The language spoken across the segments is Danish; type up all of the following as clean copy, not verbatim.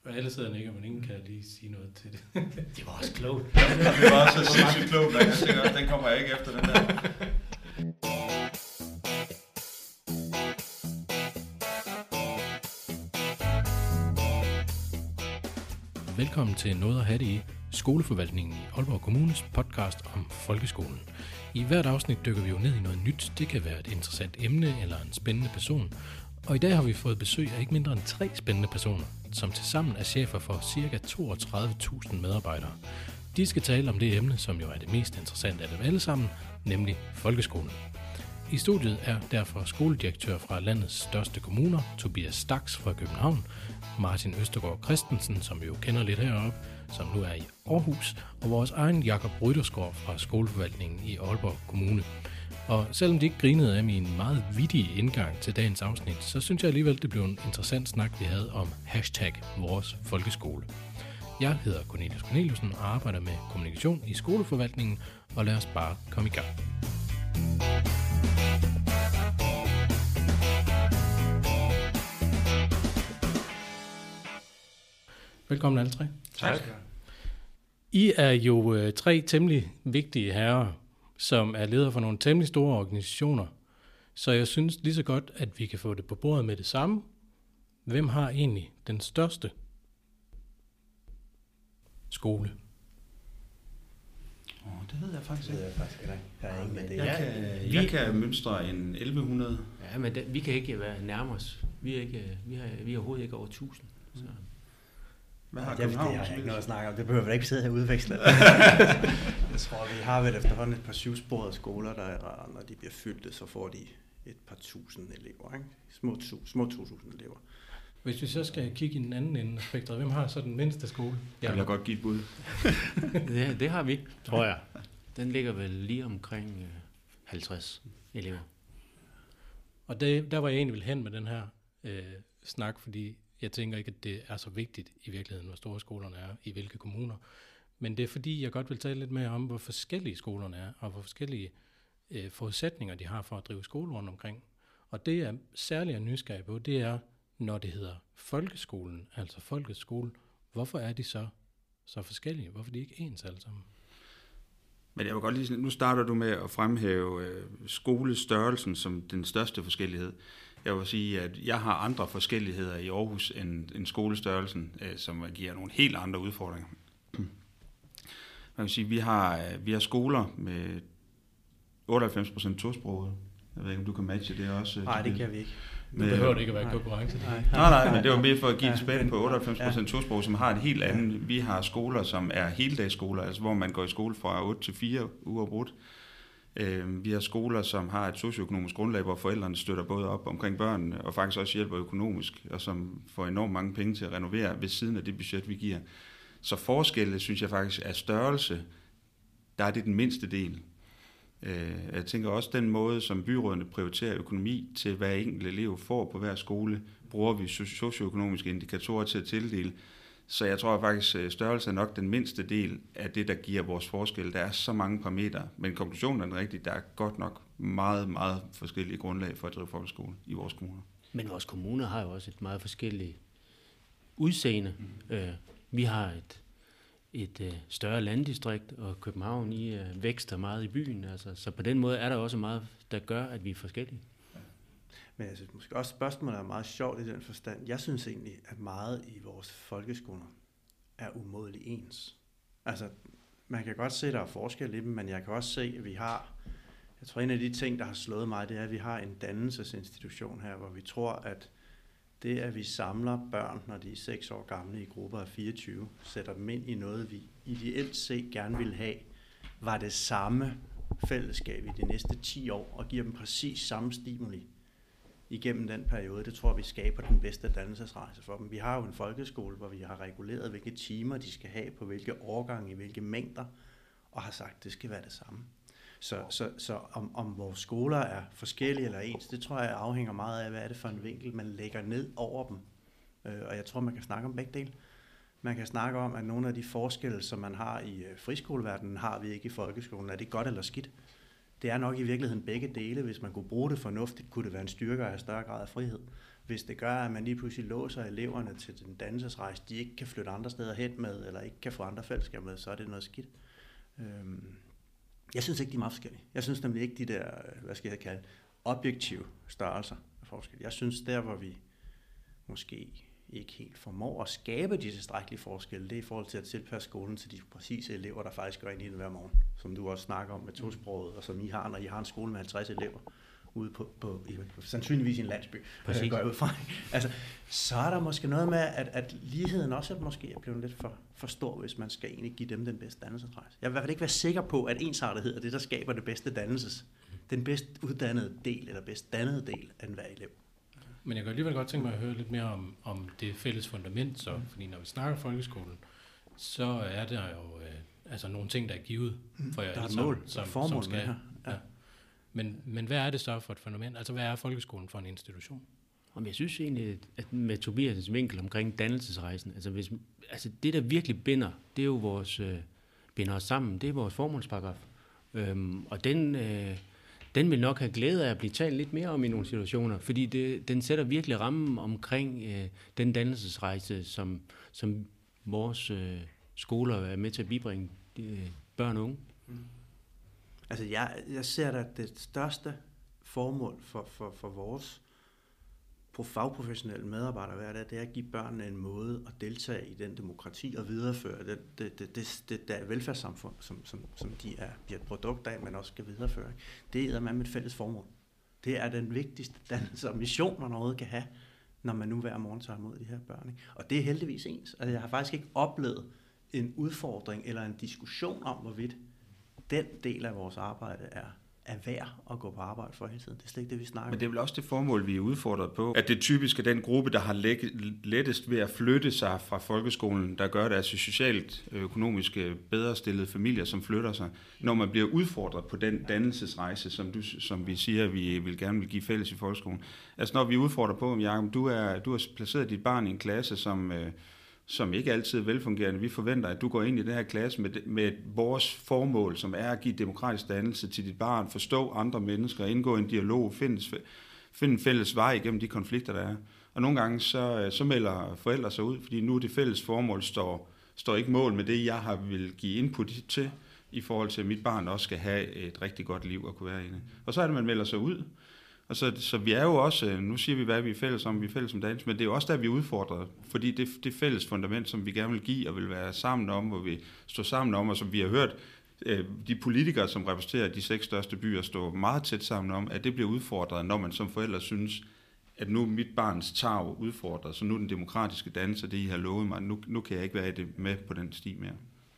Og alle sidder ikke, men ingen kan lige sige noget til det. Det var også klogt. Det var også sindssygt klogt, jeg tænker også, den kommer jeg ikke efter den der. Velkommen til Noget at have det i, skoleforvaltningen i Aalborg Kommunes podcast om folkeskolen. I hvert afsnit dykker vi jo ned i noget nyt. Det kan være et interessant emne eller en spændende person. Og i dag har vi fået besøg af ikke mindre end 3 spændende personer, som tilsammen er chefer for ca. 32.000 medarbejdere. De skal tale om det emne, som jo er det mest interessante af dem alle sammen, nemlig folkeskolen. I studiet er derfor skoledirektør fra landets største kommuner, Tobias Staks fra København, Martin Østergaard Christensen, som vi jo kender lidt heroppe, som nu er i Aarhus, og vores egen Jakob Ryttersgaard fra skoleforvaltningen i Aalborg Kommune. Og selvom de ikke grinede af min meget vittige indgang til dagens afsnit, så synes jeg alligevel, det blev en interessant snak, vi havde om #vores folkeskole. Jeg hedder Cornelius Corneliusen og arbejder med kommunikation i skoleforvaltningen, og lad os bare komme i gang. Velkommen alle 3. Tak. I er jo 3 temmelig vigtige herrer, som er ledere for nogle temmelig store organisationer. Så jeg synes lige så godt, at vi kan få det på bordet med det samme. Hvem har egentlig den største skole? Det ved jeg faktisk ikke. Jeg har ingen idé. Jeg kan mønstre en 1100. Ja, men vi kan ikke være nærmere os. Vi er overhovedet ikke over 1000. Så. Hvad har Det København? har jeg ikke noget at snakke om. Det behøver vi ikke sidde her og udveksle. Jeg tror, vi har vel efterhånden et par 7-sporede skoler, der når de bliver fyldte, så får de et par tusind elever. Ikke? Små 2.000 elever. Hvis vi så skal kigge i den anden ende af spektret, hvem har så den mindste skole? Jeg vil godt give et bud. Det har vi ikke, tror jeg. Den ligger vel lige omkring 50 elever. Og der var jeg egentlig vil hen med den her snak, fordi jeg tænker ikke, at det er så vigtigt i virkeligheden, hvor store skolerne er, i hvilke kommuner. Men det er fordi, jeg godt vil tale lidt mere om, hvor forskellige skolerne er, og hvor forskellige forudsætninger de har for at drive skole rundt omkring. Og det er særligt nysgerrig på, det er, når det hedder folkeskolen, altså folkets skole, hvorfor er de så forskellige? Hvorfor er de ikke ens alle sammen? Men jeg vil godt lige, nu starter du med at fremhæve skolestørrelsen som den største forskellighed. Jeg vil sige, at jeg har andre forskelligheder i Aarhus end skolestørrelsen, som giver nogle helt andre udfordringer. Man kan sige, vi har skoler med 98% tosprogede. Jeg ved ikke, om du kan matche det også. Nej, det kan vi ikke. Nu behøver det ikke at være konkurrence. Nej, men det var mere for at give et spænd på 98% tosprog, som har et helt andet. Vi har skoler, som er heldagsskoler, altså hvor man går i skole fra 8 til 4 uger brudt. Vi har skoler, som har et socioøkonomisk grundlag, hvor forældrene støtter både op omkring børnene, og faktisk også hjælper økonomisk, og som får enormt mange penge til at renovere ved siden af det budget, vi giver. Så forskelle, synes jeg faktisk, er størrelse. Der er det den mindste del. Jeg tænker også, den måde, som byrådene prioriterer økonomi til hver enkelt elev får på hver skole, bruger vi socioøkonomiske indikatorer til at tildele. Så jeg tror faktisk, at størrelse er nok den mindste del af det, der giver vores forskel. Der er så mange parametre, men konklusionen er den rigtige. Der er godt nok meget, meget forskellige grundlag for at drive folkeskole i vores kommuner. Men vores kommuner har jo også et meget forskelligt udseende. Vi har et større landdistrikt, og København vækster meget i byen. Altså, så på den måde er der også meget, der gør, at vi er forskellige. Men jeg synes måske også, spørgsmålet er meget sjovt i den forstand. Jeg synes egentlig, at meget i vores folkeskoler er umådeligt ens. Altså, man kan godt se, at der er forskel i dem, men jeg kan også se, at vi har... Jeg tror, en af de ting, der har slået mig, det er, at vi har en dannelsesinstitution her, hvor vi tror, at det, at vi samler børn, når de er 6 år gamle i grupper af 24, sætter dem ind i noget, vi ideelt set gerne vil have, var det samme fællesskab i de næste 10 år, og giver dem præcis samme stimuli igennem den periode. Det tror jeg, vi skaber den bedste dannelsesrejse for dem. Vi har jo en folkeskole, hvor vi har reguleret, hvilke timer de skal have, på hvilke årgange, i hvilke mængder, og har sagt, at det skal være det samme. Så om vores skoler er forskellige eller ens, det tror jeg afhænger meget af, hvad er det for en vinkel, man lægger ned over dem. Og jeg tror, man kan snakke om begge dele. Man kan snakke om, at nogle af de forskelle, som man har i friskoleverdenen, har vi ikke i folkeskolen. Er det godt eller skidt? det er nok i virkeligheden begge dele. Hvis man kunne bruge det fornuftigt, kunne det være en styrke at have større grad af frihed. Hvis det gør, at man lige pludselig låser eleverne til den dannelsesrejse, de ikke kan flytte andre steder hen med, eller ikke kan få andre fællesskaber med, så er det noget skidt. Jeg synes ikke, de er meget forskellige. Jeg synes nemlig ikke, de der, hvad skal jeg kalde, objektive størrelser er forskellige. Jeg synes, der hvor vi måske ikke helt formår at skabe de tilstrækkelige forskelle, det er i forhold til at tilpasse skolen til de præcise elever, der faktisk går ind i den hver morgen, som du også snakker om med tosproget, og som I har, når I har en skole med 50 elever ude på sandsynligvis i en landsby, går jeg ud fra. Altså, så er der måske noget med, at ligheden også måske er blevet lidt for stor, hvis man skal egentlig give dem den bedste dannelsesrejse. Jeg vil i hvert fald ikke være sikker på, at ensartethed er det, der skaber det bedste den bedst uddannede del, eller bedst dannede del af enhver elev. Men jeg kan alligevel godt tænke mig at høre lidt mere om det fælles fundament, så, fordi når vi snakker folkeskolen, så er der jo altså nogle ting, der er givet for jer, der er et mål, som skal her. Ja. Men hvad er det så for et fundament? Altså, hvad er folkeskolen for en institution? Jeg synes egentlig, at med Tobias' vinkel omkring dannelsesrejsen, altså det, der virkelig binder, det er jo binder os sammen, det er vores formålsparagraf. Og den vil nok have glæde af at blive talt lidt mere om i nogle situationer, fordi den sætter virkelig rammen omkring den dannelsesrejse, som vores skoler er med til at bibringe børn og unge. Altså jeg ser da det største formål for vores fagprofessionelle medarbejdere hver dag, det er at give børnene en måde at deltage i den demokrati og videreføre det der velfærdssamfund, som de bliver et produkt af, men også skal videreføre. Det er med et fælles formål. Det er den vigtigste dannelse og mission, man overhovedet kan have, når man nu hver morgen tager imod de her børn. Ikke? Og det er heldigvis ens. Altså, jeg har faktisk ikke oplevet en udfordring eller en diskussion om, hvorvidt den del af vores arbejde er værd at gå på arbejde for hele tiden. Det er slet ikke det, vi snakker om. Men det er vel også det formål, vi er udfordret på, at det typisk er den gruppe, der har lettest ved at flytte sig fra folkeskolen, der gør det, altså socialt økonomisk bedre stillede familier, som flytter sig, når man bliver udfordret på den dannelsesrejse, som vi siger, vi gerne vil give fælles i folkeskolen. Altså når vi er udfordret på, Jacob, du har placeret dit barn i en klasse, som ikke altid er velfungerende. Vi forventer, at du går ind i den her klasse med vores formål, som er at give demokratisk dannelse til dit barn, forstå andre mennesker, indgå i en dialog, finde en fælles vej igennem de konflikter, der er. Og nogle gange så melder forældre sig ud, fordi nu det fælles formål står ikke mål med det, jeg har vil give input til, i forhold til, at mit barn også skal have et rigtig godt liv at kunne være i det. Og så er det, man melder sig ud. Og så vi er jo også, nu siger vi, hvad vi er fælles om dannelse, men det er jo også der, vi er udfordret, fordi det fælles fundament, som vi gerne vil give og vil være sammen om, hvor vi står sammen om, og som vi har hørt de politikere, som repræsenterer de 6 største byer, stå meget tæt sammen om, at det bliver udfordret, når man som forældre synes, at nu mit barns tarv udfordret, så nu den demokratiske dannelse, det I har lovet mig, nu kan jeg ikke være med på den sti mere.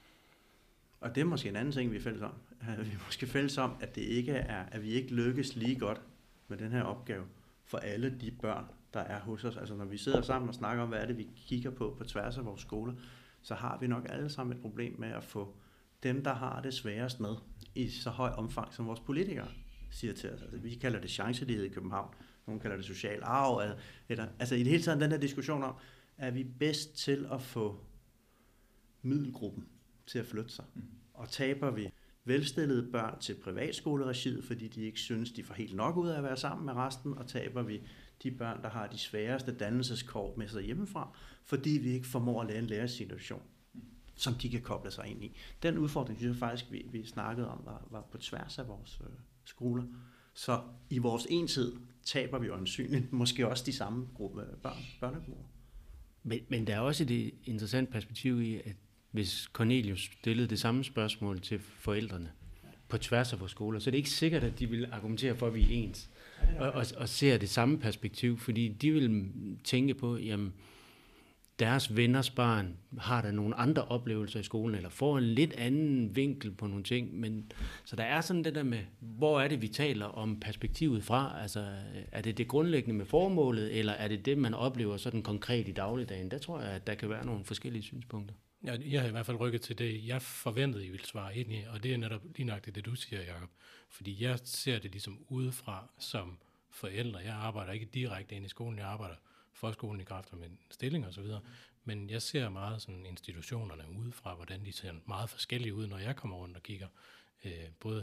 Og det er måske en anden ting, vi er fælles om. Vi er måske fælles om, at det ikke er, at vi ikke lykkes lige godt med den her opgave for alle de børn, der er hos os. Altså når vi sidder sammen og snakker om, hvad er det, vi kigger på tværs af vores skoler, så har vi nok alle sammen et problem med at få dem, der har det sværest med, i så høj omfang, som vores politikere siger til os. Altså, vi kalder det chancelighed i København, nogle kalder det social arv, altså i det hele taget den her diskussion om, er vi bedst til at få middelgruppen til at flytte sig, og taber vi velstillede børn til privatskoleregiet, fordi de ikke synes, de får helt nok ud af at være sammen med resten, og taber vi de børn, der har de sværeste dannelseskår med sig hjemmefra, fordi vi ikke formår at lave en lærersituation, som de kan koble sig ind i. Den udfordring, synes jeg faktisk, vi snakkede om, var på tværs af vores skoler. Så i vores enhed taber vi øjensynligt måske også de samme børnegrupper. Men der er også et interessant perspektiv i, at hvis Cornelius stillede det samme spørgsmål til forældrene på tværs af vores skoler, så er det ikke sikkert, at de vil argumentere for, at vi er ens. Og ser det samme perspektiv, fordi de vil tænke på, jamen, deres venners barn har der nogle andre oplevelser i skolen, eller får en lidt anden vinkel på nogle ting. Men, så der er sådan det der med, hvor er det, vi taler om perspektivet fra? Altså, er det grundlæggende med formålet, eller er det det, man oplever sådan konkret i dagligdagen? Der tror jeg, at der kan være nogle forskellige synspunkter. Jeg har i hvert fald rykket til det, jeg forventede, I ville svare ind i, og det er netop lige nok det, du siger, Jacob. Fordi jeg ser det ligesom udefra som forældre. Jeg arbejder ikke direkte ind i skolen, jeg arbejder for skolen i kraft af min stilling og så videre. Men jeg ser meget sådan institutionerne udefra, hvordan de ser meget forskellige ud, når jeg kommer rundt og kigger. Både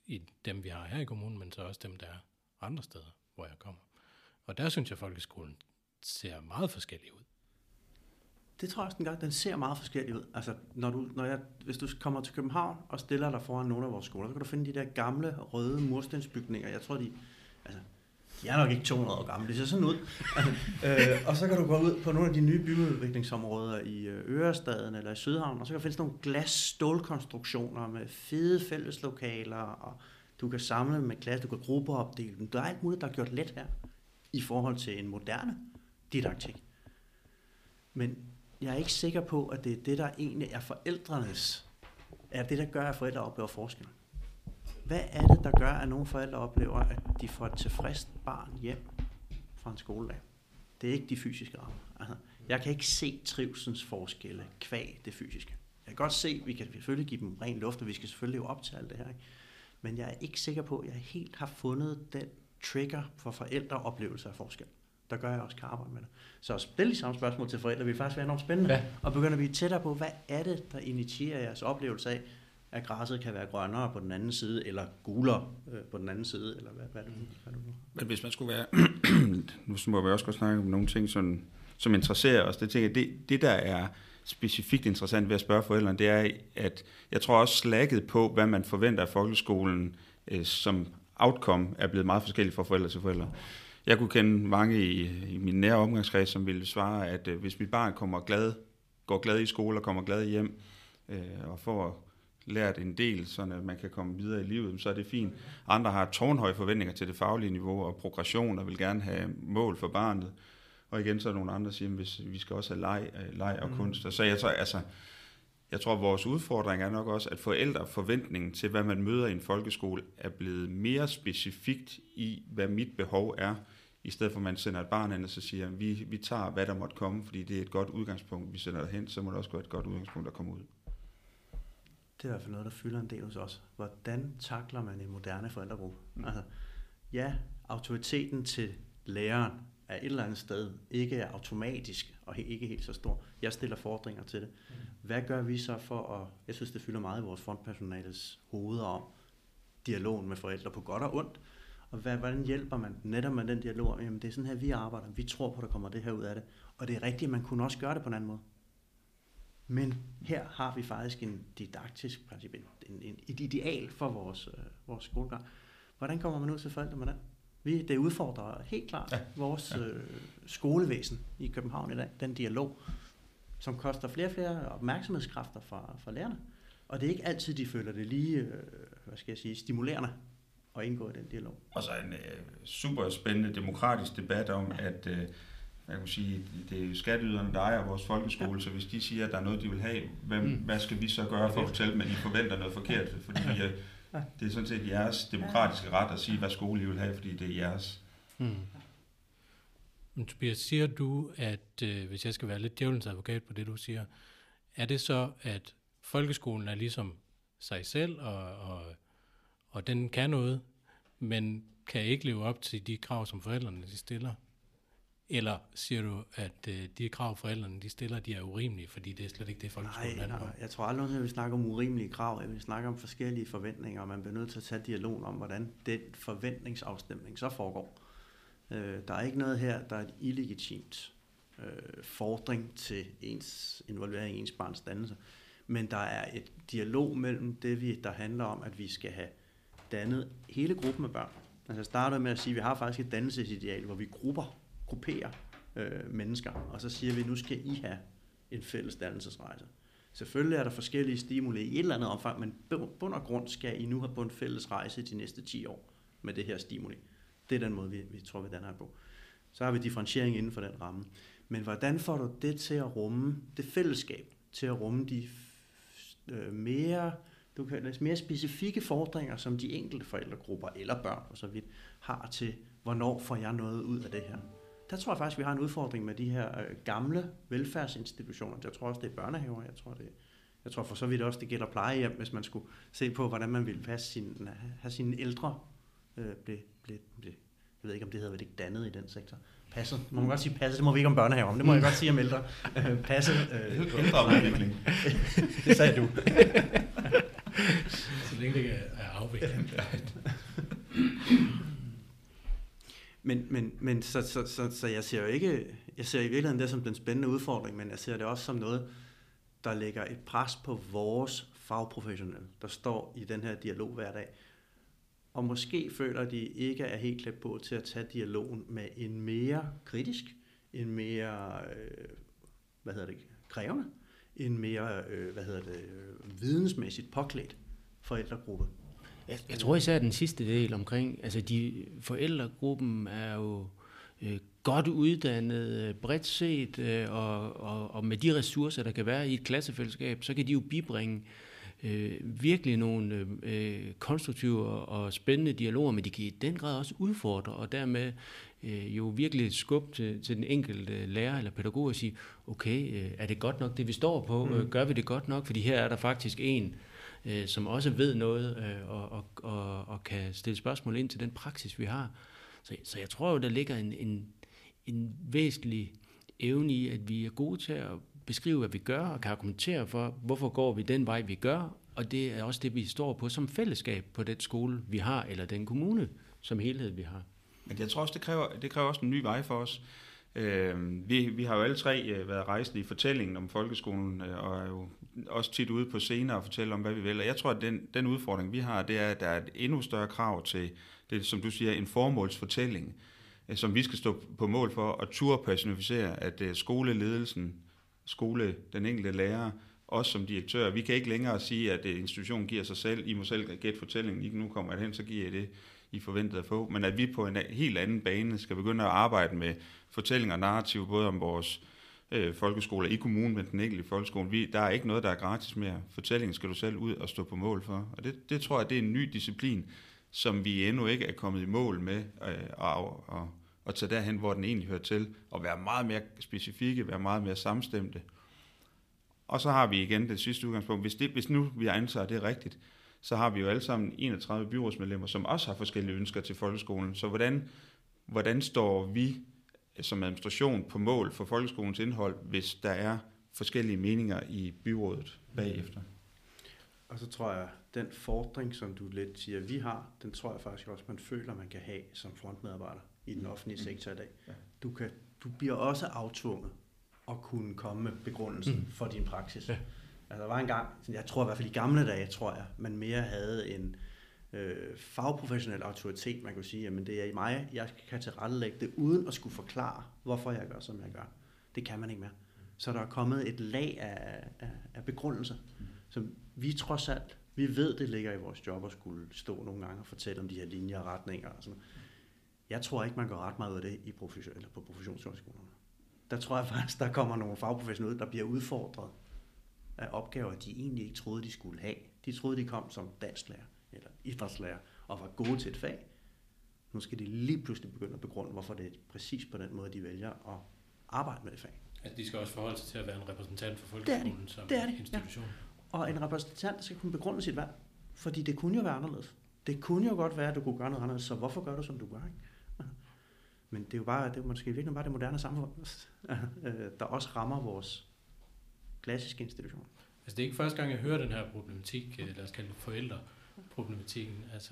i dem, vi har her i kommunen, men så også dem, der er andre steder, hvor jeg kommer. Og der synes jeg, at folkeskolen ser meget forskellig ud. Det tror jeg også, den gør. Den ser meget forskellig ud. Altså, hvis du kommer til København og stiller dig foran nogle af vores skoler, så kan du finde de der gamle, røde murstensbygninger. Jeg tror, de er nok ikke 200 år gamle. Det ser sådan ud. Og så kan du gå ud på nogle af de nye byudviklingsområder i Ørestaden eller i Sydhavn, og så kan du finde sådan nogle glas-stålkonstruktioner med fede fælleslokaler, og du kan samle med klasse, du kan gruppeopdele dem. Der er alt muligt, der er gjort let her i forhold til en moderne didaktik. Men jeg er ikke sikker på, at det er det, der egentlig er forældrenes, er det, der gør, at forældre oplever forskel. Hvad er det, der gør, at nogle forældre oplever, at de får et tilfreds barn hjem fra en skoledag? Det er ikke de fysiske rammer. Altså, jeg kan ikke se trivsens forskelle kvæg det fysiske. Jeg kan godt se, at vi kan selvfølgelig give dem ren luft, og vi skal selvfølgelig leve op til alt det her. Ikke? Men jeg er ikke sikker på, at jeg helt har fundet den trigger for forældreoplevelse af forskel, der gør, at jeg også kan arbejde med det. Så at stille de samme spørgsmål til forældre vil faktisk være enormt spændende, og begynder vi tættere på, hvad er det, der initierer jeres oplevelse af, at græsset kan være grønnere på den anden side, eller gulere på den anden side, eller hvad det nu. Men hvis man skulle være, nu må vi også godt snakke om nogle ting, som interesserer os, det der er specifikt interessant ved at spørge forældrene, det er, at jeg tror også slagget på, hvad man forventer af folkeskolen som outcome, er blevet meget forskelligt fra forældre til forældre. Jeg kunne kende mange i min nære omgangskreds, som ville svare, at hvis mit barn går glad i skole og kommer glad hjem, og får lært en del, så man kan komme videre i livet, så er det fint. Andre har tårnhøje forventninger til det faglige niveau og progression, og vil gerne have mål for barnet. Og igen, så er nogle andre, der siger, at vi skal også have leg og kunst. Og så jeg tror, at vores udfordring er nok også, at forældreforventningen til, hvad man møder i en folkeskole, er blevet mere specifikt i, hvad mit behov er, i stedet for at man sender et barn ind og så siger, at vi tager, hvad der måtte komme, fordi det er et godt udgangspunkt. Vi sender det hen, så må det også være et godt udgangspunkt, der kommer ud. Det er i hvert fald noget, der fylder en del hos os. Hvordan takler man en moderne forældregruppe? Altså, ja, autoriteten til læreren er et eller andet sted ikke automatisk og ikke helt så stor. Jeg stiller fordringer til det. Hvad gør vi så for at... Jeg synes, det fylder meget i vores frontpersonales hoveder om dialogen med forældre på godt og ondt. Og hvordan hjælper man netop med den dialog? Jamen, det er sådan her, vi arbejder. Vi tror på, der kommer det her ud af det. Og det er rigtigt, man kunne også gøre det på en anden måde. Men her har vi faktisk en didaktisk princip, et ideal for vores skolegang. Hvordan kommer man ud til forældre med den? Det udfordrer helt klart vores skolevæsen i København i dag, den dialog, som koster flere og flere opmærksomhedskræfter fra lærerne. Og det er ikke altid, de føler det lige, stimulerende at indgå i den dialog. Og så en super spændende demokratisk debat om, at jeg kan sige, det er skatteyderne, der ejer vores folkeskole, så hvis de siger, at der er noget, de vil have, hvad skal vi så gøre for at fortælle dem, at de forventer noget forkert? Fordi det er sådan set jeres demokratiske ret at sige, hvad skole I vil have, fordi det er jeres. Men Tobias, siger du, at hvis jeg skal være lidt djævelens advokat på det, du siger, er det så, at folkeskolen er ligesom sig selv, og den kan noget, men kan ikke leve op til de krav, som forældrene de stiller? Eller siger du, at de krav, forældrene de stiller, de er urimelige, fordi det er slet ikke det, folkeskolen handler om? Nej, jeg tror aldrig, at vi snakker om urimelige krav. Jeg vil snakke om forskellige forventninger, og man bliver nødt til at tage dialog om, hvordan den forventningsafstemning så foregår. Der er ikke noget her, der er et illegitimt fordring til involvering i ens barns dannelse. Men der er et dialog mellem det, der handler om, at vi skal have dannet hele gruppen af børn. Altså jeg startede med at sige, at vi har faktisk et dannelsesideal, hvor vi grupperer mennesker, og så siger vi, nu skal I have en fælles dannelsesrejse. Selvfølgelig er der forskellige stimuli i et eller andet omfang, men bund og grund skal I nu have på en fælles rejse de næste 10 år med det her stimuli. Det er den måde, vi tror, vi danner på. Så har vi differentiering inden for den ramme. Men hvordan får du det til at rumme, det fællesskab, til at rumme de mere specifikke fordringer, som de enkelte forældregrupper eller børn og så vidt har til, hvornår får jeg noget ud af det her? Der tror jeg faktisk, vi har en udfordring med de her gamle velfærdsinstitutioner. Jeg tror også, det er børnehaver. Jeg tror for så vidt også, det gælder plejehjem, hvis man skulle se på, hvordan man ville have sine ældre. Jeg ved ikke, om det hedder vel ikke dannet i den sektor. Passet. Må man godt sige passet, det må vi ikke om børnehaver, men det må jeg godt sige om ældre. Passet. Ældreudvikling. Det sagde du. så længe det ikke er afviklet. Men så jeg ser jo ikke, jeg ser i virkeligheden det som den spændende udfordring, men jeg ser det også som noget, der lægger et pres på vores fagprofessionelle, der står i den her dialog hver dag, og måske føler de ikke er helt klædt på til at tage dialogen med en mere kritisk, en mere, krævende, en mere, vidensmæssigt påklædt forældregruppe. Jeg tror især den sidste del omkring, altså forældregruppen er jo godt uddannet, bredt set, og med de ressourcer, der kan være i et klassefællesskab, så kan de jo bibringe virkelig nogle konstruktive og spændende dialoger, men de kan i den grad også udfordre, og dermed jo virkelig skubbe til den enkelte lærer eller pædagog og sige, okay, er det godt nok det, vi står på? Gør vi det godt nok? Fordi her er der faktisk en, som også ved noget og kan stille spørgsmål ind til den praksis, vi har. Så jeg tror jo, der ligger en væsentlig evne i, at vi er gode til at beskrive, hvad vi gør, og kan argumentere for, hvorfor går vi den vej, vi gør, og det er også det, vi står på som fællesskab på den skole, vi har, eller den kommune som helhed, vi har. Men jeg tror også, det kræver også en ny vej for os. Vi har jo alle tre været rejsende i fortællingen om folkeskolen, og er jo også tit ude på scener og fortælle om, hvad vi vil. Og jeg tror, at den udfordring, vi har, det er, at der er et endnu større krav til det, som du siger, en formålsfortælling, som vi skal stå på mål for, og turde personificere, at skoleledelsen, den enkelte lærer, også som direktør, vi kan ikke længere sige, at institutionen giver sig selv, I må selv gætte fortællingen, nu kommer jeg hen, så giver jeg det, I forventede at få, men at vi på en helt anden bane skal begynde at arbejde med fortællinger og narrativ, både om vores folkeskoler i kommunen, men den enkelte folkeskole. Der er ikke noget, der er gratis mere. Fortællingen skal du selv ud og stå på mål for. Og det tror jeg, det er en ny disciplin, som vi endnu ikke er kommet i mål med at tage derhen, hvor den egentlig hører til, og være meget mere specifikke, være meget mere samstemte. Og så har vi igen det sidste udgangspunkt. Hvis nu vi antager, det er rigtigt, så har vi jo alle sammen 31 byrådsmedlemmer, som også har forskellige ønsker til folkeskolen. Så hvordan står vi som administration på mål for folkeskolens indhold, hvis der er forskellige meninger i byrådet bagefter? Og så tror jeg, den fordring, som du lidt siger, vi har, den tror jeg faktisk også, man føler, man kan have som frontmedarbejder i den offentlige sektor i dag. Ja. Du bliver også aftvunget at kunne komme med begrundelsen for din praksis. Ja. Altså, der var en gang, jeg tror i hvert fald i gamle dage, man mere havde en fagprofessionel autoritet, man kunne sige, jamen det er i mig, jeg kan tilrettelægge det, uden at skulle forklare, hvorfor jeg gør, som jeg gør. Det kan man ikke mere. Så der er kommet et lag af begrundelser, som vi trods alt, vi ved, det ligger i vores job at skulle stå nogle gange og fortælle om de her linjer og retninger og sådan. Jeg tror ikke, man går ret meget ud af det på professionshøjskolerne. Der tror jeg faktisk, der kommer nogle fagprofessionelle ud, der bliver udfordret af opgaver, de egentlig ikke troede, de skulle have. De troede, de kom som dansklærer eller idrætslærer og var gode til et fag. Nu skal de lige pludselig begynde at begrunde, hvorfor det er præcis på den måde, de vælger at arbejde med det fag. Altså, de skal også forholde sig til at være en repræsentant for folkeskolen som institution. Ja. Og en repræsentant skal kunne begrunde sit valg, fordi det kunne jo være anderledes. Det kunne jo godt være, at du kunne gøre noget anderledes, så hvorfor gør du, som du gør, ikke? Men det er jo måske virkelig bare det moderne samfund, der også rammer vores klassiske institutioner. Altså, det er ikke første gang, jeg hører den her problematik, lad os kalde det forældreproblematikken. Altså,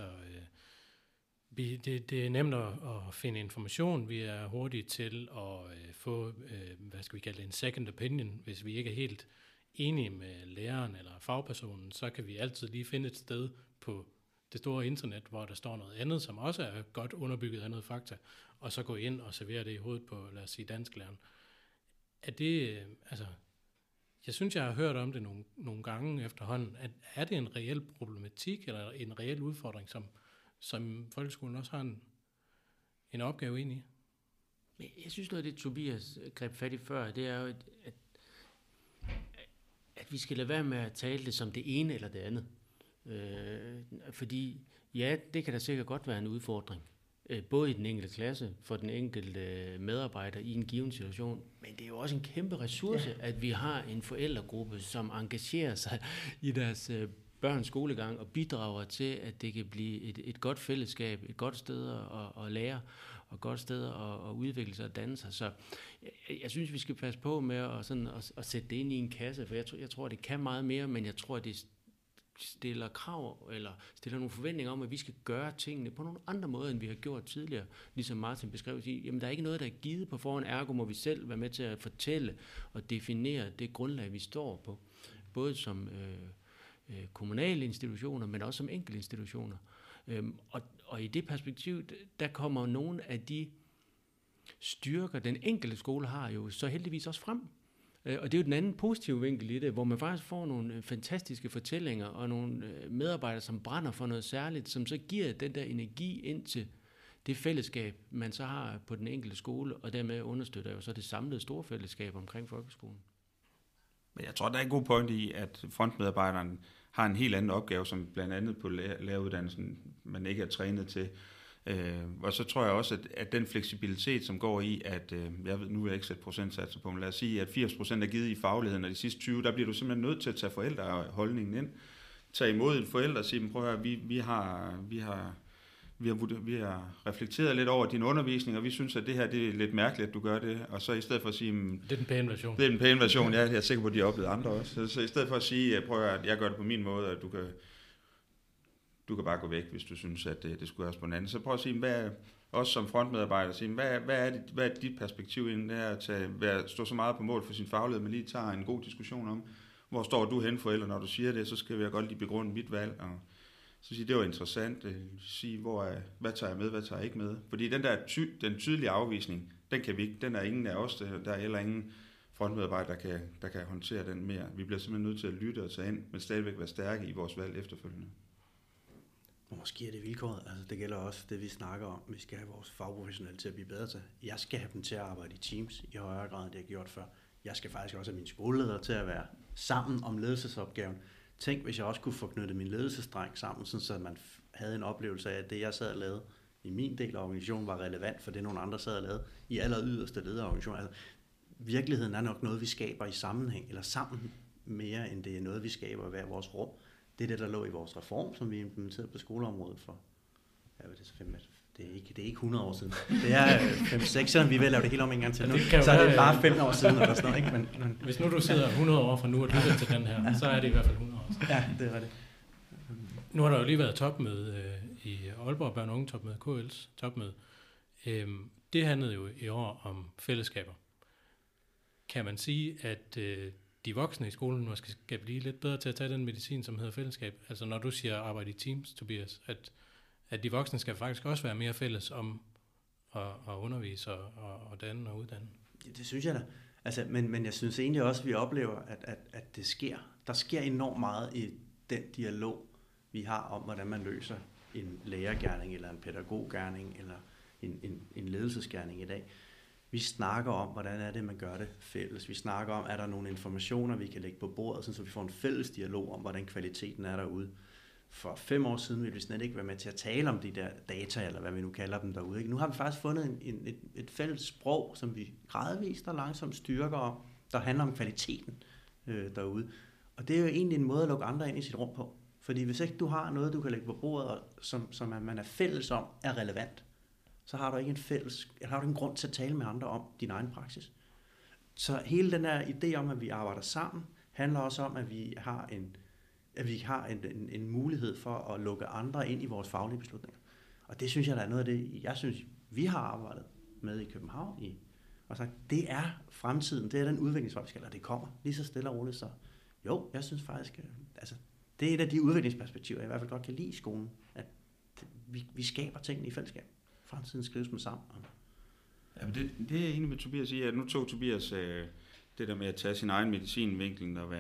det er nemt at finde information. Vi er hurtige til at få, en second opinion. Hvis vi ikke er helt enige med læreren eller fagpersonen, så kan vi altid lige finde et sted på det store internet, hvor der står noget andet, som også er godt underbygget af noget fakta, og så gå ind og servere det i hovedet på, lad os sige, dansklæreren. Er det, jeg synes, jeg har hørt om det nogle gange efterhånden. Er det en reel problematik, eller en reel udfordring, som folkeskolen også har en opgave ind i? Jeg synes noget af det, Tobias greb fat i før, det er jo, at vi skal lade være med at tale det som det ene eller det andet. Fordi ja, det kan da sikkert godt være en udfordring, både i den enkelte klasse, for den enkelte medarbejder i en given situation, men det er jo også en kæmpe ressource, at vi har en forældregruppe, som engagerer sig i deres børns skolegang og bidrager til, at det kan blive et godt fællesskab, et godt sted at lære, og et godt sted at udvikle sig og danne sig. Så jeg synes, vi skal passe på med at sætte det ind i en kasse, for jeg tror, det kan meget mere, men jeg tror, det stiller krav eller stiller nogle forventninger om, at vi skal gøre tingene på nogle andre måder, end vi har gjort tidligere. Ligesom Martin beskrev, jamen der er ikke noget, der er givet på forhånd, ergo må vi selv være med til at fortælle og definere det grundlag, vi står på. Både som kommunale institutioner, men også som enkelte institutioner. Og i det perspektiv, der kommer nogle af de styrker, den enkelte skole har jo så heldigvis også frem. Og det er jo den anden positive vinkel i det, hvor man faktisk får nogle fantastiske fortællinger og nogle medarbejdere, som brænder for noget særligt, som så giver den der energi ind til det fællesskab, man så har på den enkelte skole, og dermed understøtter jo så det samlede store fællesskab omkring folkeskolen. Men jeg tror, der er en god point i, at frontmedarbejderen har en helt anden opgave, som blandt andet på læreruddannelsen, man ikke er trænet til. Og så tror jeg også, at den fleksibilitet, som går i, at nu vil jeg ikke sætte procentsatser på, men lad os sige, at 80% er givet i fagligheden, og de sidste 20, der bliver du simpelthen nødt til at tage forældreholdningen ind. Tage imod en forælder og sige, prøv at høre, vi har reflekteret lidt over din undervisning, og vi synes, at det her det er lidt mærkeligt, at du gør det. Og så i stedet for at sige... Det er den pæne version. Det er den pæne version, ja. Jeg er sikker på, at de har oplevet andre også. Så i stedet for at sige, prøv at høre, jeg gør det på min måde, og du kan bare gå væk, hvis du synes, at det skulle gøres på en anden. Så prøv at sige, også som frontmedarbejder, sige, hvad er dit perspektiv inden det her, at stå så meget på mål for sin faglighed, men lige tager en god diskussion om, hvor står du hen, forældre, når du siger det, så skal jeg godt lige begrunde mit valg, og så sige, det var interessant, sige, hvad tager jeg med, hvad tager jeg ikke med, fordi den tydelige afvisning, den kan vi ikke, den er ingen af os, der er heller ingen frontmedarbejder, der kan håndtere den mere. Vi bliver simpelthen nødt til at lytte og tage ind, men stadigvæk være stærke i vores valg efterfølgende. Og måske er det vilkåret, altså det gælder også det, vi snakker om. Vi skal have vores fagprofessionelle til at blive bedre til. Jeg skal have dem til at arbejde i teams i højere grad, end det jeg har gjort før. Jeg skal faktisk også have mine skoleledere til at være sammen om ledelsesopgaven. Tænk, hvis jeg også kunne få knyttet min ledelsesdreng sammen, så man havde en oplevelse af, at det, jeg sad og lavede i min del af organisationen, var relevant for det, nogle andre sad og lavede i aller yderste led af organisationen. Altså, virkeligheden er nok noget, vi skaber i sammenhæng, eller sammen mere, end det er noget, vi skaber i hver vores rum. Det er det, der lå i vores reform, som vi implementerede på skoleområdet for, det er ikke 100 år siden. Det er 5-6, selvom vi vil lave det hele om en gang til nu. Så er det bare 5 år siden, eller sådan noget, ikke? Men, hvis nu du sidder 100 år fra nu og lytter til den her, så er det i hvert fald 100 år siden. Ja, det er det. Nu har der jo lige været topmøde i Aalborg Børn- og Unge topmøde, KL's topmøde. Det handlede jo i år om fællesskaber. Kan man sige, at de voksne i skolen måske skal blive lidt bedre til at tage den medicin, som hedder fællesskab? Altså når du siger arbejde i teams, Tobias, at de voksne skal faktisk også være mere fælles om at undervise og danne og uddanne. Det synes jeg da. Altså, men jeg synes egentlig også, at vi oplever, at det sker. Der sker enormt meget i den dialog, vi har om, hvordan man løser en lærergerning, eller en pædagoggerning, eller en ledelsesgerning i dag. Vi snakker om, hvordan er det, man gør det fælles. Vi snakker om, er der nogle informationer, vi kan lægge på bordet, så vi får en fælles dialog om, hvordan kvaliteten er derude. For 5 år siden ville vi slet ikke være med til at tale om de der data, eller hvad vi nu kalder dem derude. Ikke? Nu har vi faktisk fundet et fælles sprog, som vi gradvist og langsomt styrker om, der handler om kvaliteten derude. Og det er jo egentlig en måde at lukke andre ind i sit rum på. Fordi hvis ikke du har noget, du kan lægge på bordet, som man er fælles om, er relevant, så har du ikke en grund til at tale med andre om din egen praksis. Så hele den her idé om, at vi arbejder sammen, handler også om, at vi har en mulighed for at lukke andre ind i vores faglige beslutninger. Og det synes jeg, der er noget af det, jeg synes, vi har arbejdet med i København i. Og sagt, det er fremtiden, det er den udviklingsvej, vi skal, og det kommer lige så stille og roligt. Så jo, jeg synes faktisk, det er et af de udviklingsperspektiver, jeg i hvert fald godt kan lide i skolen, at vi skaber tingene i fællesskab. Fremtiden skrives med sammen. Jamen det er jeg enig med Tobias i, at nu tog Tobias det der med at tage sin egen medicinvinkel og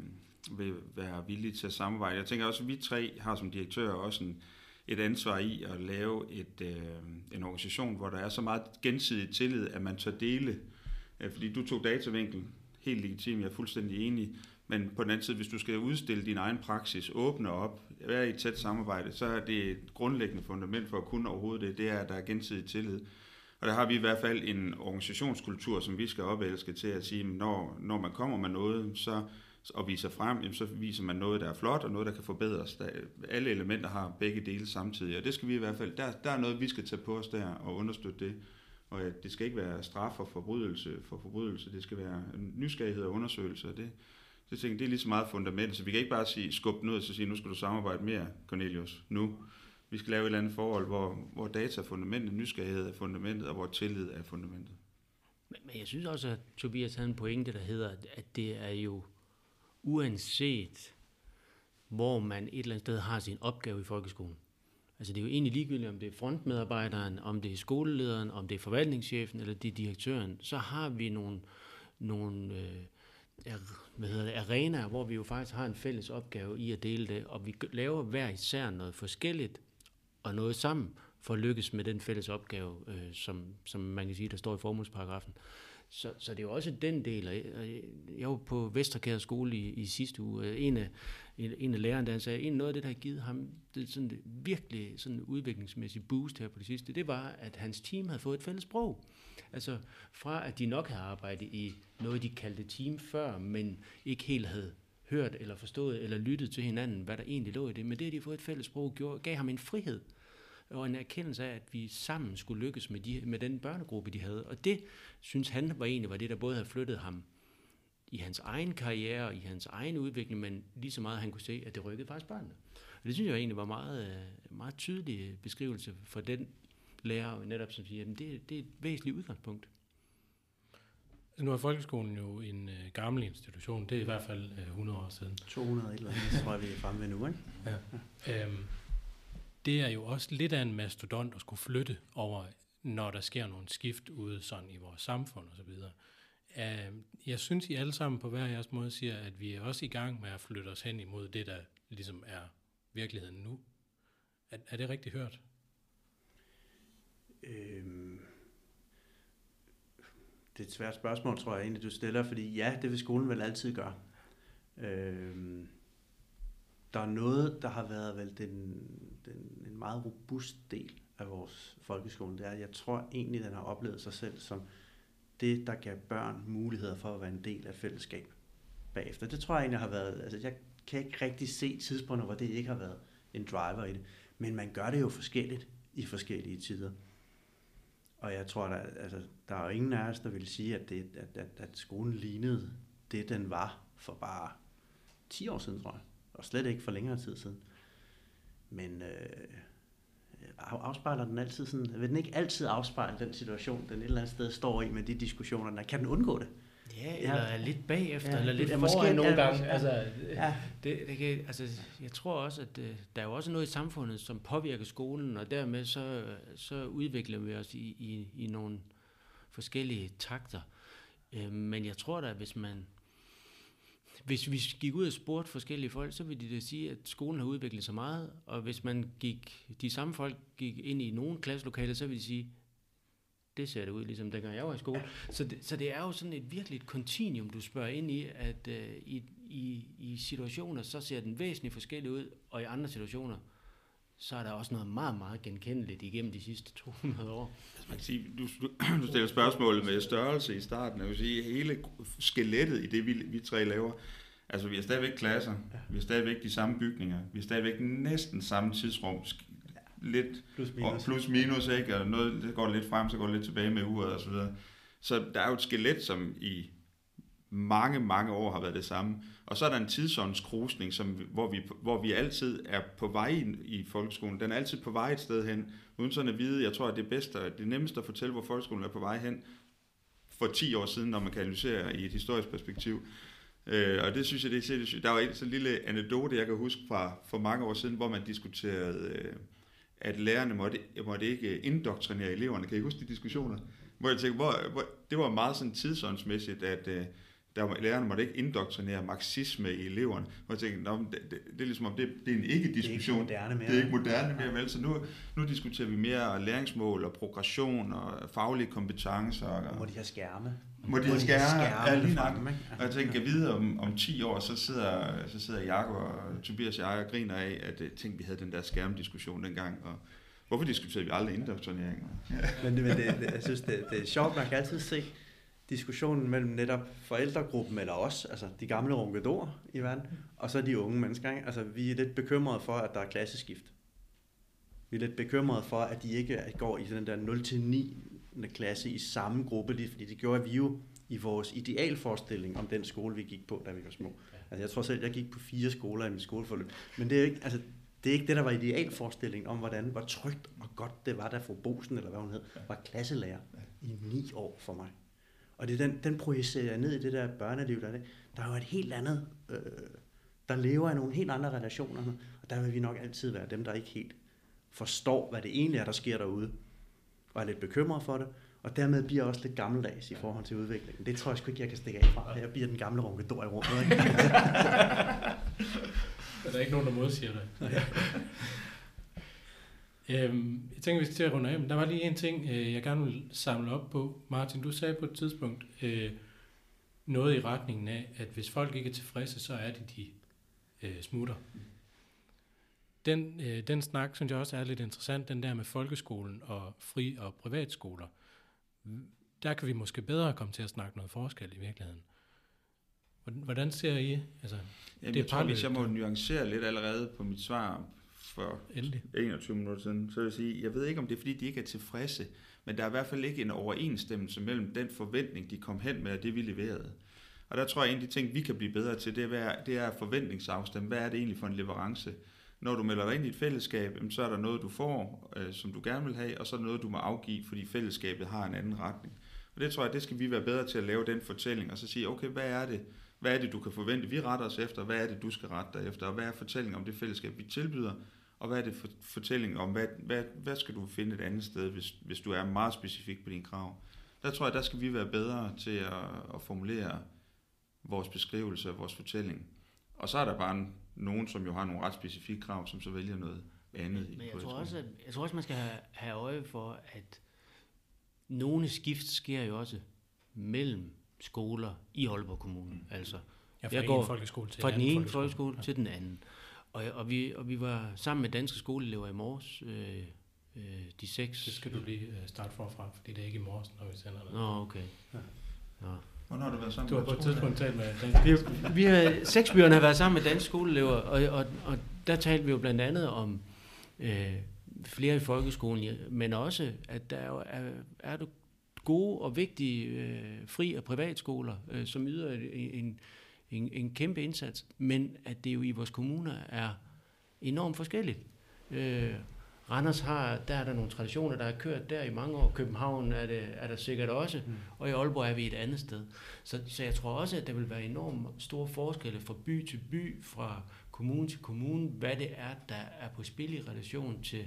være villig til at samarbejde. Jeg tænker også, at vi 3 har som direktører også et ansvar i at lave en organisation, hvor der er så meget gensidig tillid, at man tør dele. Fordi du tog datavinklen, helt legitim, jeg er fuldstændig enig, men på den anden side, hvis du skal udstille din egen praksis, åbne op, være i et tæt samarbejde, så er det et grundlæggende fundament for at kunne overhovedet det er, at der er gensidig tillid. Og der har vi i hvert fald en organisationskultur, som vi skal opelske til at sige, når man kommer med noget, og viser frem, så viser man noget, der er flot, og noget, der kan forbedres. Alle elementer har begge dele samtidig, og det skal vi i hvert fald, der er noget, vi skal tage på os der og understøtte det. Og det skal ikke være straf og forbrydelse, det skal være nysgerrighed og undersøgelse, og det Så jeg tænker, det er lige så meget fundament, så vi kan ikke bare sige, skub den ud og så sige, nu skal du samarbejde mere, Cornelius, nu. Vi skal lave et eller andet forhold, hvor data er fundamentet, nysgerrighed er fundamentet, og hvor tillid er fundamentet. Men jeg synes også, at Tobias havde en pointe, der hedder, at det er jo uanset, hvor man et eller andet sted har sin opgave i folkeskolen. Altså det er jo egentlig ligegyldigt, om det er frontmedarbejderen, om det er skolelederen, om det er forvaltningschefen eller det er direktøren, så har vi nogle arenaer, hvor vi jo faktisk har en fælles opgave i at dele det, og vi laver hver især noget forskelligt og noget sammen for at lykkes med den fælles opgave, som man kan sige, der står i formålsparagrafen. Så det er jo også den del. Jeg var på Vesterkær skole i sidste uge. En af lærerne, der sagde, noget af det, der har givet ham det virkelig sådan udviklingsmæssigt boost her på det sidste, det var, at hans team havde fået et fælles sprog. Altså fra at de nok havde arbejdet i noget, de kaldte team før, men ikke helt havde hørt eller forstået eller lyttet til hinanden, hvad der egentlig lå i det. Men det, at de havde fået et fælles sprog, gav ham en frihed og en erkendelse af, at vi sammen skulle lykkes med den børnegruppe, de havde. Og det, synes han, var det, der både havde flyttet ham i hans egen karriere og i hans egen udvikling, men lige så meget, han kunne se, at det rykkede faktisk børnene. Og det synes jeg egentlig var meget, meget tydelig beskrivelse for den lærer, netop som siger, at det er et væsentligt udgangspunkt. Nu er folkeskolen jo en gammel institution. Det er i hvert fald 100 år siden. 200 eller andet, tror jeg, vi er fremme ved nu, ikke? Ja. Det er jo også lidt af en mastodont at skulle flytte over, når der sker nogle skift ude sådan i vores samfund og så videre. Jeg synes, I alle sammen på hver jeres måde siger, at vi er også i gang med at flytte os hen imod det, der ligesom er virkeligheden nu. Er det rigtigt hørt? Det er et svært spørgsmål, tror jeg egentlig, du stiller, fordi ja, det vil skolen vel altid gøre. Der er noget, der har været vel en meget robust del af vores folkeskole. Det er, at jeg tror egentlig, den har oplevet sig selv som det, der gav børn muligheder for at være en del af fællesskab bagefter. Det tror jeg egentlig har været, altså jeg kan ikke rigtig se tidspunkter, hvor det ikke har været en driver i det. Men man gør det jo forskelligt i forskellige tider. Og jeg tror, der er jo ingen af os, der vil sige, at skolen lignede det, den var for bare 10 år siden, tror jeg. Og slet ikke for længere tid siden. Men afspejler den altid sådan, vil den ikke altid afspejle den situation, den et eller andet sted står i med de diskussioner, kan den undgå det? Ja, eller lidt bagefter, eller lidt måske foran nogle gange. Altså, Jeg tror også, at der er jo også noget i samfundet, som påvirker skolen, og dermed så udvikler vi os i nogle forskellige takter. Men jeg tror da, hvis vi gik ud og spurgte forskellige folk, så ville de da sige, at skolen har udviklet sig meget, og hvis de samme folk gik ind i nogle klasselokaler, så ville de sige, det ser det ud, ligesom dengang jeg var i skole. Så det er jo sådan et virkeligt kontinuum, du spørger ind i, at i situationer, så ser den væsentligt forskellig ud, og i andre situationer, så er der også noget meget, meget genkendeligt igennem de sidste 200 år. Man kan sige, du stiller spørgsmålet med størrelse i starten, jeg vil sige, hele skelettet i det, vi tre laver, altså vi har stadigvæk klasser, vi har stadigvæk de samme bygninger, vi har stadigvæk næsten samme tidsrum, lidt plus minus, ikke? Og noget, det går lidt frem, så går det lidt tilbage med uret og så videre. Så der er jo et skelet, som i mange, mange år har været det samme. Og så er der en tidsåndskrusning, hvor vi altid er på vej i folkeskolen. Den er altid på vej et sted hen, uden sådan at vide. Jeg tror, at det nemmeste at fortælle, hvor folkeskolen er på vej hen, for 10 år siden, når man kan analysere i et historisk perspektiv. Og det synes jeg, det er sindssygt. Der var en så lille anekdote, jeg kan huske fra for mange år siden, hvor man diskuterede, at lærerne måtte ikke indoktrinere eleverne. Kan I huske de diskussioner? Hvor jeg tænkte, det var meget sådan tidsåndsmæssigt, at lærerne måtte ikke indoktrinere marxisme i eleverne. Hvor jeg tænkte, det er ligesom om, det er en ikke-diskussion. Det er ikke moderne mere, vel? Så nu diskuterer vi mere læringsmål og progression og faglige kompetencer. Må de have skærme? Må de have skærme? Ja, lige nok. Og jeg tænker, jeg videre om 10 år, så sidder Jakob og Tobias og jeg og griner af, at tænkte, vi havde den der skærmdiskussion dengang, og hvorfor diskuterede vi aldrig indoktrinering? Ja. Men jeg synes, det er sjovt, man kan altid se diskussionen mellem netop forældregruppen eller os, altså de gamle ronkedorer i verden, og så de unge mennesker. Ikke? Altså vi er lidt bekymrede for, at der er klasseskift. Vi er lidt bekymrede for, at de ikke går i den der 0-9 klasse i samme gruppe, fordi det gjorde vi jo i vores idealforestilling om den skole, vi gik på, da vi var små. Altså jeg tror selv, jeg gik på 4 skoler i mit skoleforløb, men det er ikke, altså, det er ikke det, der var idealforestillingen om, hvor trygt og godt det var, da fru Bosen, eller hvad hun hed, var klasselærer i 9 år for mig. Og det er den projicerer jeg ned i det der børneliv, der er jo et helt andet, der lever i nogle helt andre relationer, og der vil vi nok altid være dem, der ikke helt forstår, hvad det egentlig er, der sker derude, og er lidt bekymret for det, og dermed bliver også lidt gammeldags i forhold til udviklingen. Det tror jeg sgu ikke, jeg kan stikke af fra. Jeg bliver den gamle ronkedor i rummet. Ikke? Der er ikke nogen, der modsiger det. Jeg tænker, vi skal til at runde af, men der var lige en ting, jeg gerne vil samle op på. Martin, du sagde på et tidspunkt noget i retningen af, at hvis folk ikke er tilfredse, så er de smutter. Den snak, synes jeg også er lidt interessant, den der med folkeskolen og fri- og privatskoler. Der kan vi måske bedre komme til at snakke noget forskel i virkeligheden. Hvordan ser I? Altså, jamen, jeg tror, hvis jeg må nuancere lidt allerede på mit svar for 21 minutter siden, så vil jeg sige, jeg ved ikke, om det er, fordi de ikke er tilfredse, men der er i hvert fald ikke en overensstemmelse mellem den forventning, de kom hen med, og det, vi leverede. Og der tror jeg, en af de ting, vi kan blive bedre til, det er forventningsafstemme. Hvad er det egentlig for en leverance? Når du melder dig ind i et fællesskab, så er der noget, du får, som du gerne vil have, og så er der noget, du må afgive, fordi fællesskabet har en anden retning. Og det tror jeg, det skal vi være bedre til at lave den fortælling, og så sige, okay, hvad er det, du kan forvente, vi retter os efter, hvad er det, du skal rette dig efter, og hvad er fortællingen om det fællesskab, vi tilbyder, og hvad er det fortællingen om, hvad skal du finde et andet sted, hvis du er meget specifik på dine krav. Der tror jeg, der skal vi være bedre til at formulere vores beskrivelse af vores fortælling. Og så er der bare nogen, som jo har nogle ret specifikke krav, som så vælger noget andet. Men jeg tror også, man skal have øje for, at nogle skift sker jo også mellem skoler i Aalborg Kommune. Altså, jeg går fra den ene folkeskole til den anden. Og vi var sammen med danske skoleelever i morges, de 6. Det skal du lige starte forfra, fordi det er ikke i morges, når vi sender det. Nå, okay. Ja. Hvornår har du været sammen med? Du har på et tidspunkt talt med danske. Vi har 6 byerne har været sammen med danske skoleelever, og der talte vi jo blandt andet om flere i folkeskolen, men også, at der er der gode og vigtige fri- og privatskoler, som yder en kæmpe indsats, men at det jo i vores kommuner er enormt forskelligt. Randers der er der nogle traditioner, der er kørt der i mange år. København er der sikkert også, og i Aalborg er vi et andet sted. Så jeg tror også, at der vil være enormt store forskelle fra by til by, fra kommune til kommune, hvad det er, der er på spil i relation til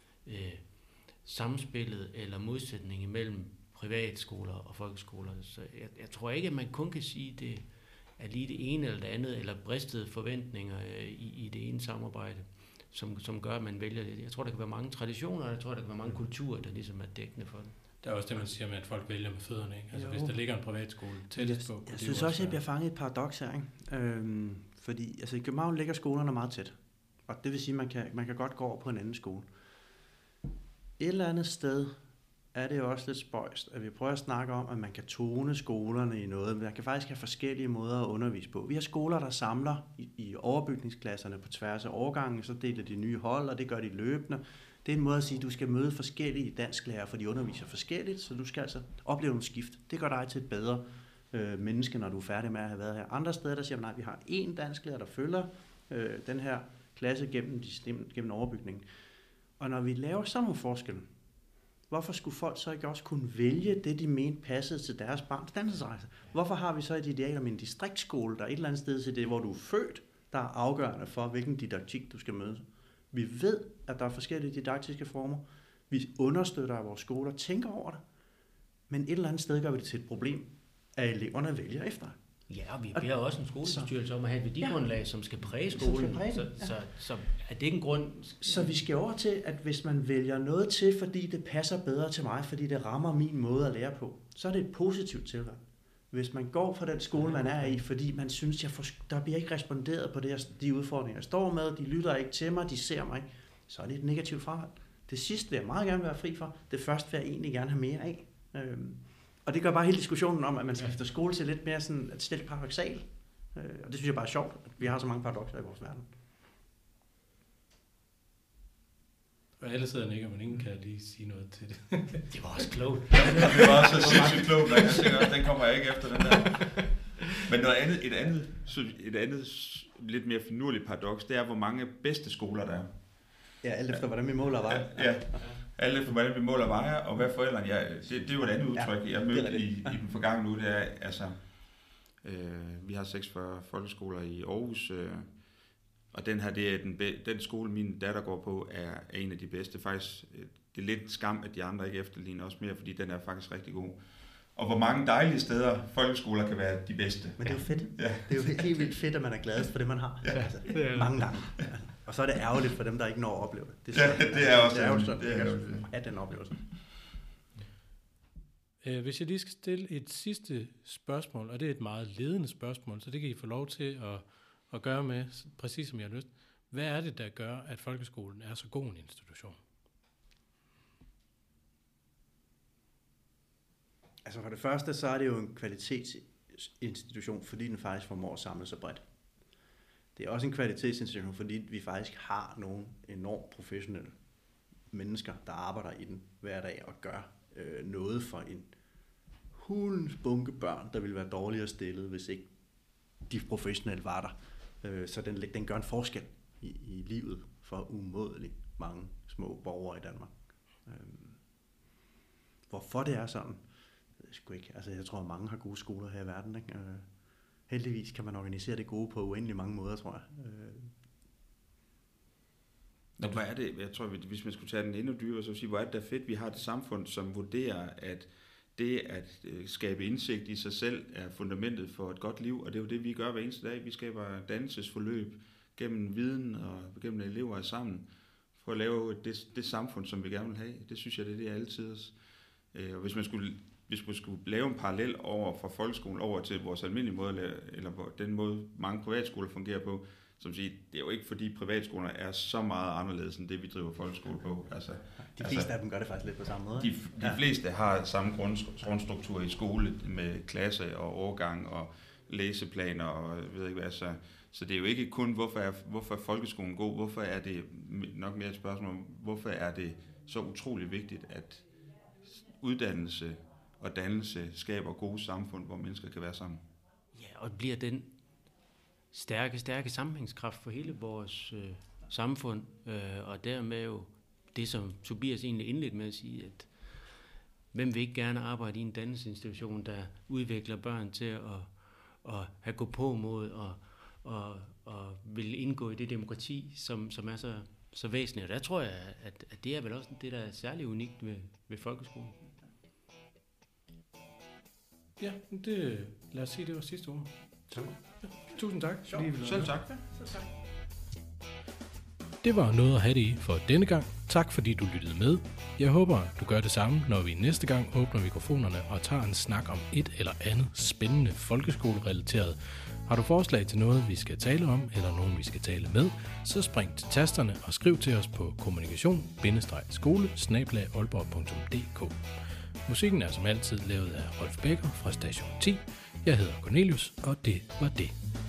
samspillet eller modsætningen mellem privatskoler og folkeskoler. Så jeg tror ikke, at man kun kan sige, det er lige det ene eller det andet, eller bristede forventninger i det ene samarbejde, som gør, at man vælger det. Jeg tror, der kan være mange traditioner, og jeg tror, der kan være mange kulturer, der ligesom er dækkende for det. Det er også det, man siger med, at folk vælger med fødderne, ikke? Altså, hvis der ligger en privatskole tættest på. Jeg synes også, at jeg bliver fanget i et paradoks her, ikke? Fordi altså, i København ligger skolerne meget tæt, og det vil sige, at man kan godt gå over på en anden skole. Et eller andet sted er det jo også lidt spøjst, at vi prøver at snakke om, at man kan tone skolerne i noget. Man kan faktisk have forskellige måder at undervise på. Vi har skoler, der samler i overbygningsklasserne på tværs af årgangen, så deler de nye hold, og det gør de løbende. Det er en måde at sige, at du skal møde forskellige dansklærer, for de underviser forskelligt, så du skal altså opleve nogle skift. Det gør dig til et bedre menneske, når du er færdig med at have været her. Andre steder, der siger man, nej, vi har én dansklærer, der følger den her klasse gennem overbygningen. Og når vi laver sådan nogle forskelle, hvorfor skulle folk så ikke også kunne vælge det, de mente passede til deres barns dannelsesrejse? Hvorfor har vi så et ideal om en distriktsskole, der er et eller andet sted til det, hvor du er født, der er afgørende for, hvilken didaktik du skal møde? Vi ved, at der er forskellige didaktiske former. Vi understøtter, at vores skoler tænker over det. Men et eller andet sted gør vi det til et problem, at eleverne vælger efter. Ja, og vi beder også en skolebestyrelse om at have et værdigrundlag, som skal præge skolen. Så er det ikke en grund? Så vi skal over til, at hvis man vælger noget til, fordi det passer bedre til mig, fordi det rammer min måde at lære på, så er det et positivt tilvalg. Hvis man går fra den skole, man er i, fordi man synes, der bliver ikke responderet på de udfordringer, jeg står med, de lytter ikke til mig, de ser mig ikke, så er det et negativt fravalg. Det sidste vil jeg meget gerne være fri for. Det første vil jeg egentlig gerne have mere af. Og det gør bare hele diskussionen om, at man skal efter skole til lidt mere sådan et stille paradoksal. Og det synes jeg bare er sjovt, at vi har så mange paradokser i vores verden. Og alle sidder og nikker, men ingen kan lige sige noget til det. Det var også klogt. Det var også så sindssygt klogt, at jeg tænker, den kommer jeg ikke efter den der. Men et andet lidt mere finurligt paradoks, det er, hvor mange bedste skoler der er. Ja, alt efter hvordan vi måler veje. Ja, alt efter hvordan vi måler veje, og hvad forældrene... Det er jo et andet udtryk, jeg mødte i den forgangne uge, det er, altså... vi har 46 folkeskoler i Aarhus, og den her, det er den skole, min datter går på, er en af de bedste. Faktisk, det er lidt skam, at de andre ikke efterligner også mere, fordi den er faktisk rigtig god. Og hvor mange dejlige steder folkeskoler kan være de bedste. Men det er jo fedt. Ja. Det er jo helt vildt fedt, at man er gladest for det, man har. Ja. Altså, mange gange. Ja. Og så er det ærgerligt for dem, der ikke når at opleve det. Det er også ærgerligt, at den oplevelse. Hvis jeg lige skal stille et sidste spørgsmål, og det er et meget ledende spørgsmål, så det kan I få lov til at gøre med, præcis som jeg har lyst. Hvad er det, der gør, at folkeskolen er så god en institution? Altså for det første, så er det jo en kvalitetsinstitution, fordi den faktisk formår at samle sig bredt. Det er også en kvalitetsinstitution, fordi vi faktisk har nogle enormt professionelle mennesker, der arbejder i den hver dag og gør noget for en hulens bunke børn, der ville være dårligere stillet, hvis ikke de professionelle var der. Så den gør en forskel i livet for umådeligt mange små borgere i Danmark. Hvorfor det er sådan? Sgu ikke. Altså, jeg tror, at mange har gode skoler her i verden. Ikke? Heldigvis kan man organisere det gode på uendelig mange måder, tror jeg. Nå, hvad er det? Jeg tror, hvis man skulle tage den endnu dybere, så sige, hvor er det da fedt, vi har et samfund, som vurderer, at det at skabe indsigt i sig selv er fundamentet for et godt liv, og det er jo det, vi gør hver eneste dag. Vi skaber dannelsesforløb gennem viden og gennem elever sammen, for at lave det samfund, som vi gerne vil have. Det synes jeg, det er altid. Og hvis man skulle lave en parallel over fra folkeskolen over til vores almindelige måde, eller den måde, mange privatskoler fungerer på, som siger, det er jo ikke fordi privatskoler er så meget anderledes end det, vi driver folkeskole på. Altså, de fleste af dem gør det faktisk lidt på samme måde. De fleste har samme grundstruktur i skole med klasse og årgang og læseplaner og ved ikke hvad. Så det er jo ikke kun, hvorfor er folkeskolen god, hvorfor er det nok mere et spørgsmål om, hvorfor er det så utrolig vigtigt, at uddannelse og dannelse skaber gode samfund, hvor mennesker kan være sammen. Ja, og bliver den stærke sammenhængskraft for hele vores samfund, og dermed jo det, som Tobias egentlig indledte med at sige, at hvem vil ikke gerne arbejde i en dannelsesinstitution, der udvikler børn til at have gå på mod og vil indgå i det demokrati, som er så væsentligt. Og der tror jeg, at det er vel også det, der er særligt unikt ved folkeskolen. Ja, lad os sige, det var sidste ord. Tak. Ja, tusind tak. Selv tak. Det var noget at have det i for denne gang. Tak fordi du lyttede med. Jeg håber, du gør det samme, når vi næste gang åbner mikrofonerne og tager en snak om et eller andet spændende folkeskolerelateret. Har du forslag til noget, vi skal tale om, eller nogen, vi skal tale med, så spring til tasterne og skriv til os på kommunikation-skole@aalborg.dk. Musikken er som altid lavet af Rolf Becker fra Station 10. Jeg hedder Cornelius, og det var det.